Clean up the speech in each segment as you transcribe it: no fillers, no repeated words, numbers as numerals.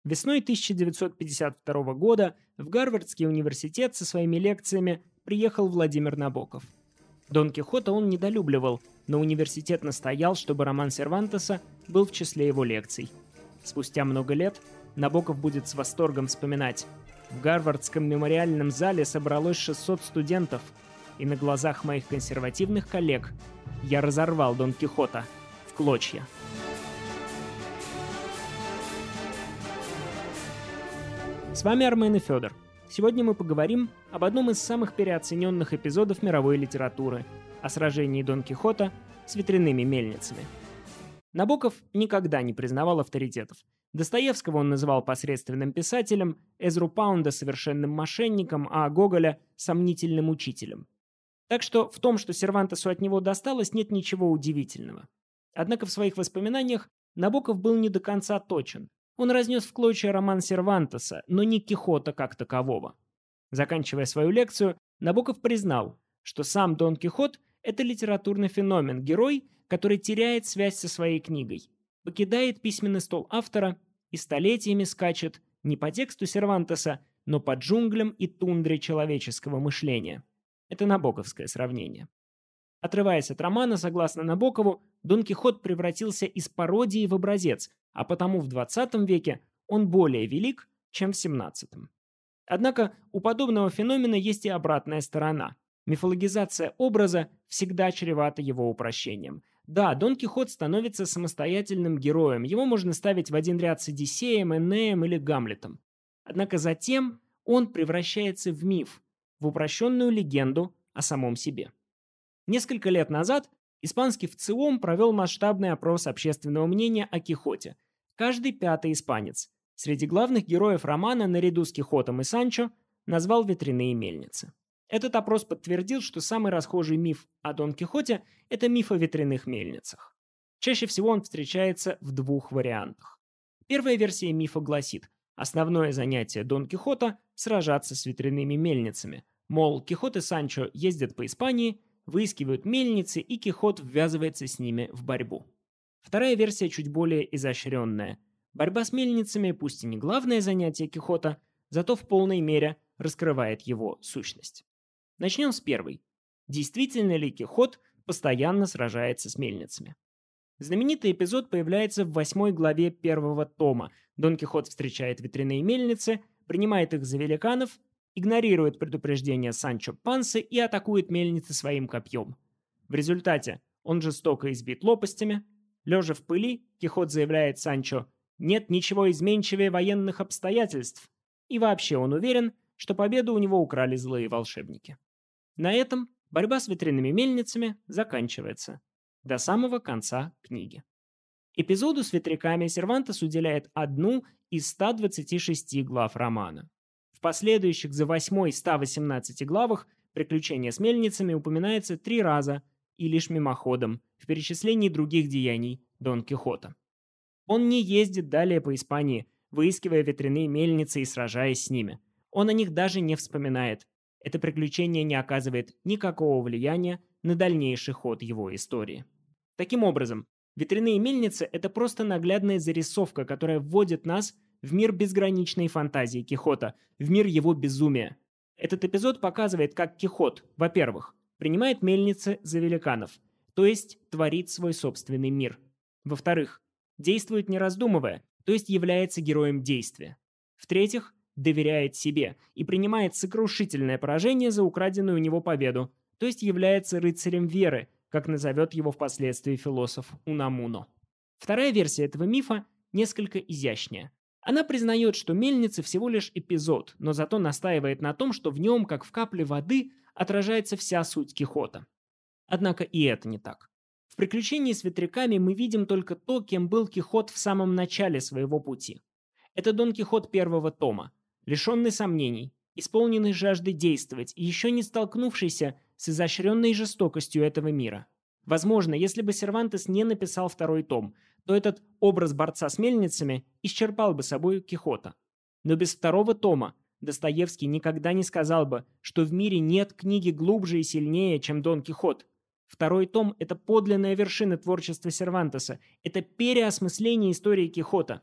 Весной 1952 года в Гарвардский университет со своими лекциями приехал Владимир Набоков. Дон Кихота он недолюбливал, но университет настоял, чтобы роман Сервантеса был в числе его лекций. Спустя много лет Набоков будет с восторгом вспоминать: в Гарвардском мемориальном зале собралось 600 студентов, и на глазах моих консервативных коллег я разорвал Дон Кихота в клочья. С вами Армен и Федор. Сегодня мы поговорим об одном из самых переоцененных эпизодов мировой литературы – о сражении Дон Кихота с ветряными мельницами. Набоков никогда не признавал авторитетов. Достоевского он называл посредственным писателем, Эзру Паунда – совершенным мошенником, а Гоголя – сомнительным учителем. Так что в том, что Сервантесу от него досталось, нет ничего удивительного. Однако в своих воспоминаниях Набоков был не до конца точен. Он разнес в клочья роман Сервантеса, но не Кихота как такового. Заканчивая свою лекцию, Набоков признал, что сам Дон Кихот – это литературный феномен, герой, который теряет связь со своей книгой, покидает письменный стол автора и столетиями скачет не по тексту Сервантеса, но по джунглям и тундре человеческого мышления. Это набоковское сравнение. Отрываясь от романа, согласно Набокову, Дон Кихот превратился из пародии в образец, а потому в 20 веке он более велик, чем в 17. Однако у подобного феномена есть и обратная сторона. Мифологизация образа всегда чревата его упрощением. Да, Дон Кихот становится самостоятельным героем, его можно ставить в один ряд с Одиссеем, Энеем или Гамлетом. Однако затем он превращается в миф, в упрощенную легенду о самом себе. Несколько лет назад испанский ВЦИОМ провел масштабный опрос общественного мнения о Кихоте. Каждый пятый испанец среди главных героев романа наряду с Кихотом и Санчо назвал ветряные мельницы. Этот опрос подтвердил, что самый расхожий миф о Дон Кихоте – это миф о ветряных мельницах. Чаще всего он встречается в двух вариантах. Первая версия мифа гласит: основное занятие Дон Кихота – сражаться с ветряными мельницами. Мол, Кихот и Санчо ездят по Испании, выискивают мельницы, и Кихот ввязывается с ними в борьбу. Вторая версия чуть более изощренная. Борьба с мельницами, пусть и не главное занятие Кихота, зато в полной мере раскрывает его сущность. Начнем с первой. Действительно ли Кихот постоянно сражается с мельницами? Знаменитый эпизод появляется в 8 главе 1 тома. Дон Кихот встречает ветряные мельницы, принимает их за великанов, игнорирует предупреждение Санчо Пансы и атакует мельницы своим копьем. В результате он жестоко избит лопастями. Лежа в пыли, Кихот заявляет Санчо: «Нет ничего изменчивее военных обстоятельств». И вообще он уверен, что победу у него украли злые волшебники. На этом борьба с ветряными мельницами заканчивается. До самого конца книги. Эпизоду с ветряками Сервантес уделяет одну из 126 глав романа. В последующих за 8 118 главах приключения с мельницами упоминается 3 раза и лишь мимоходом в перечислении других деяний Дон Кихота. Он не ездит далее по Испании, выискивая ветряные мельницы и сражаясь с ними. Он о них даже не вспоминает. Это приключение не оказывает никакого влияния на дальнейший ход его истории. Таким образом, ветряные мельницы – это просто наглядная зарисовка, которая вводит нас в мир безграничной фантазии Кихота, в мир его безумия. Этот эпизод показывает, как Кихот, во-первых, принимает мельницы за великанов, то есть творит свой собственный мир. Во-вторых, действует не раздумывая, то есть является героем действия. В-третьих, доверяет себе и принимает сокрушительное поражение за украденную у него победу, то есть является рыцарем веры, как назовет его впоследствии философ Унамуно. Вторая версия этого мифа несколько изящнее. Она признает, что мельницы всего лишь эпизод, но зато настаивает на том, что в нем, как в капле воды, отражается вся суть Кихота. Однако и это не так. В приключении с ветряками мы видим только то, кем был Кихот в самом начале своего пути. Это Дон Кихот 1 тома, лишенный сомнений, исполненный жажды действовать и еще не столкнувшийся с изощренной жестокостью этого мира. Возможно, если бы Сервантес не написал 2 том, то этот образ борца с мельницами исчерпал бы собой Кихота. Но без 2 тома Достоевский никогда не сказал бы, что в мире нет книги глубже и сильнее, чем Дон Кихот. 2 том – это подлинная вершина творчества Сервантеса, это переосмысление истории Кихота.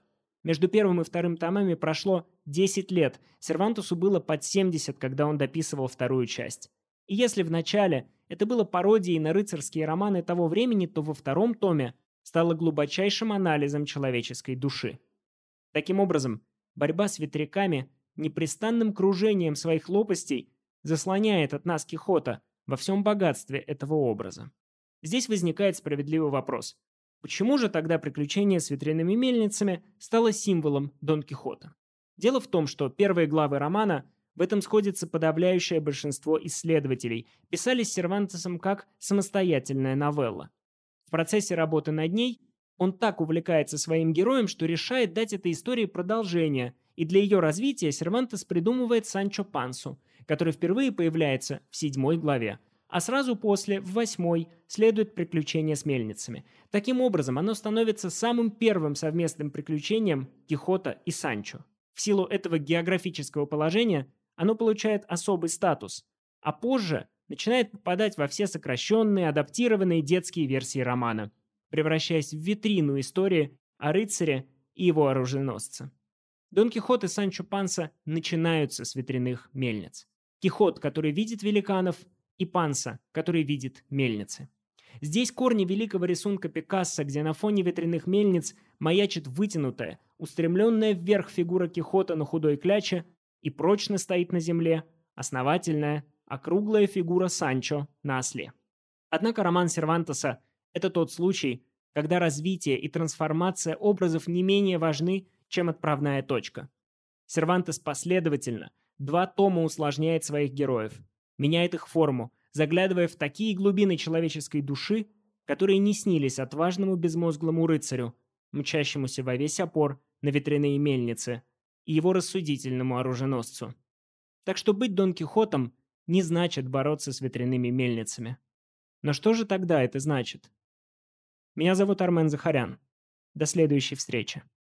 Между первым и вторым томами прошло 10 лет, Сервантесу было под 70, когда он дописывал вторую часть. И если в начале это было пародией на рыцарские романы того времени, то во втором томе стало глубочайшим анализом человеческой души. Таким образом, борьба с ветряками непрестанным кружением своих лопастей заслоняет от нас Кихота во всем богатстве этого образа. Здесь возникает справедливый вопрос. Почему же тогда приключение с ветряными мельницами стало символом Дон Кихота? Дело в том, что первые главы романа, в этом сходится подавляющее большинство исследователей, писались Сервантесом как самостоятельная новелла. В процессе работы над ней он так увлекается своим героем, что решает дать этой истории продолжение, и для ее развития Сервантес придумывает Санчо Пансу, который впервые появляется в 7 главе, а сразу после, в 8, следует приключение с мельницами. Таким образом, оно становится самым первым совместным приключением Кихота и Санчо. В силу этого географического положения оно получает особый статус, а позже начинает попадать во все сокращенные, адаптированные детские версии романа, превращаясь в витрину истории о рыцаре и его оруженосце. Дон Кихот и Санчо Панса начинаются с ветряных мельниц. Кихот, который видит великанов, и Панса, который видит мельницы. Здесь корни великого рисунка Пикассо, где на фоне ветряных мельниц маячит вытянутая, устремленная вверх фигура Кихота на худой кляче и прочно стоит на земле основательная, округлая фигура Санчо на осле. Однако роман Сервантеса – это тот случай, когда развитие и трансформация образов не менее важны, чем отправная точка. Сервантес последовательно 2 тома усложняет своих героев, меняет их форму, заглядывая в такие глубины человеческой души, которые не снились отважному безмозглому рыцарю, мчащемуся во весь опор на ветряные мельницы, и его рассудительному оруженосцу. Так что быть Дон Кихотом не значит бороться с ветряными мельницами. Но что же тогда это значит? Меня зовут Армен Захарян. До следующей встречи.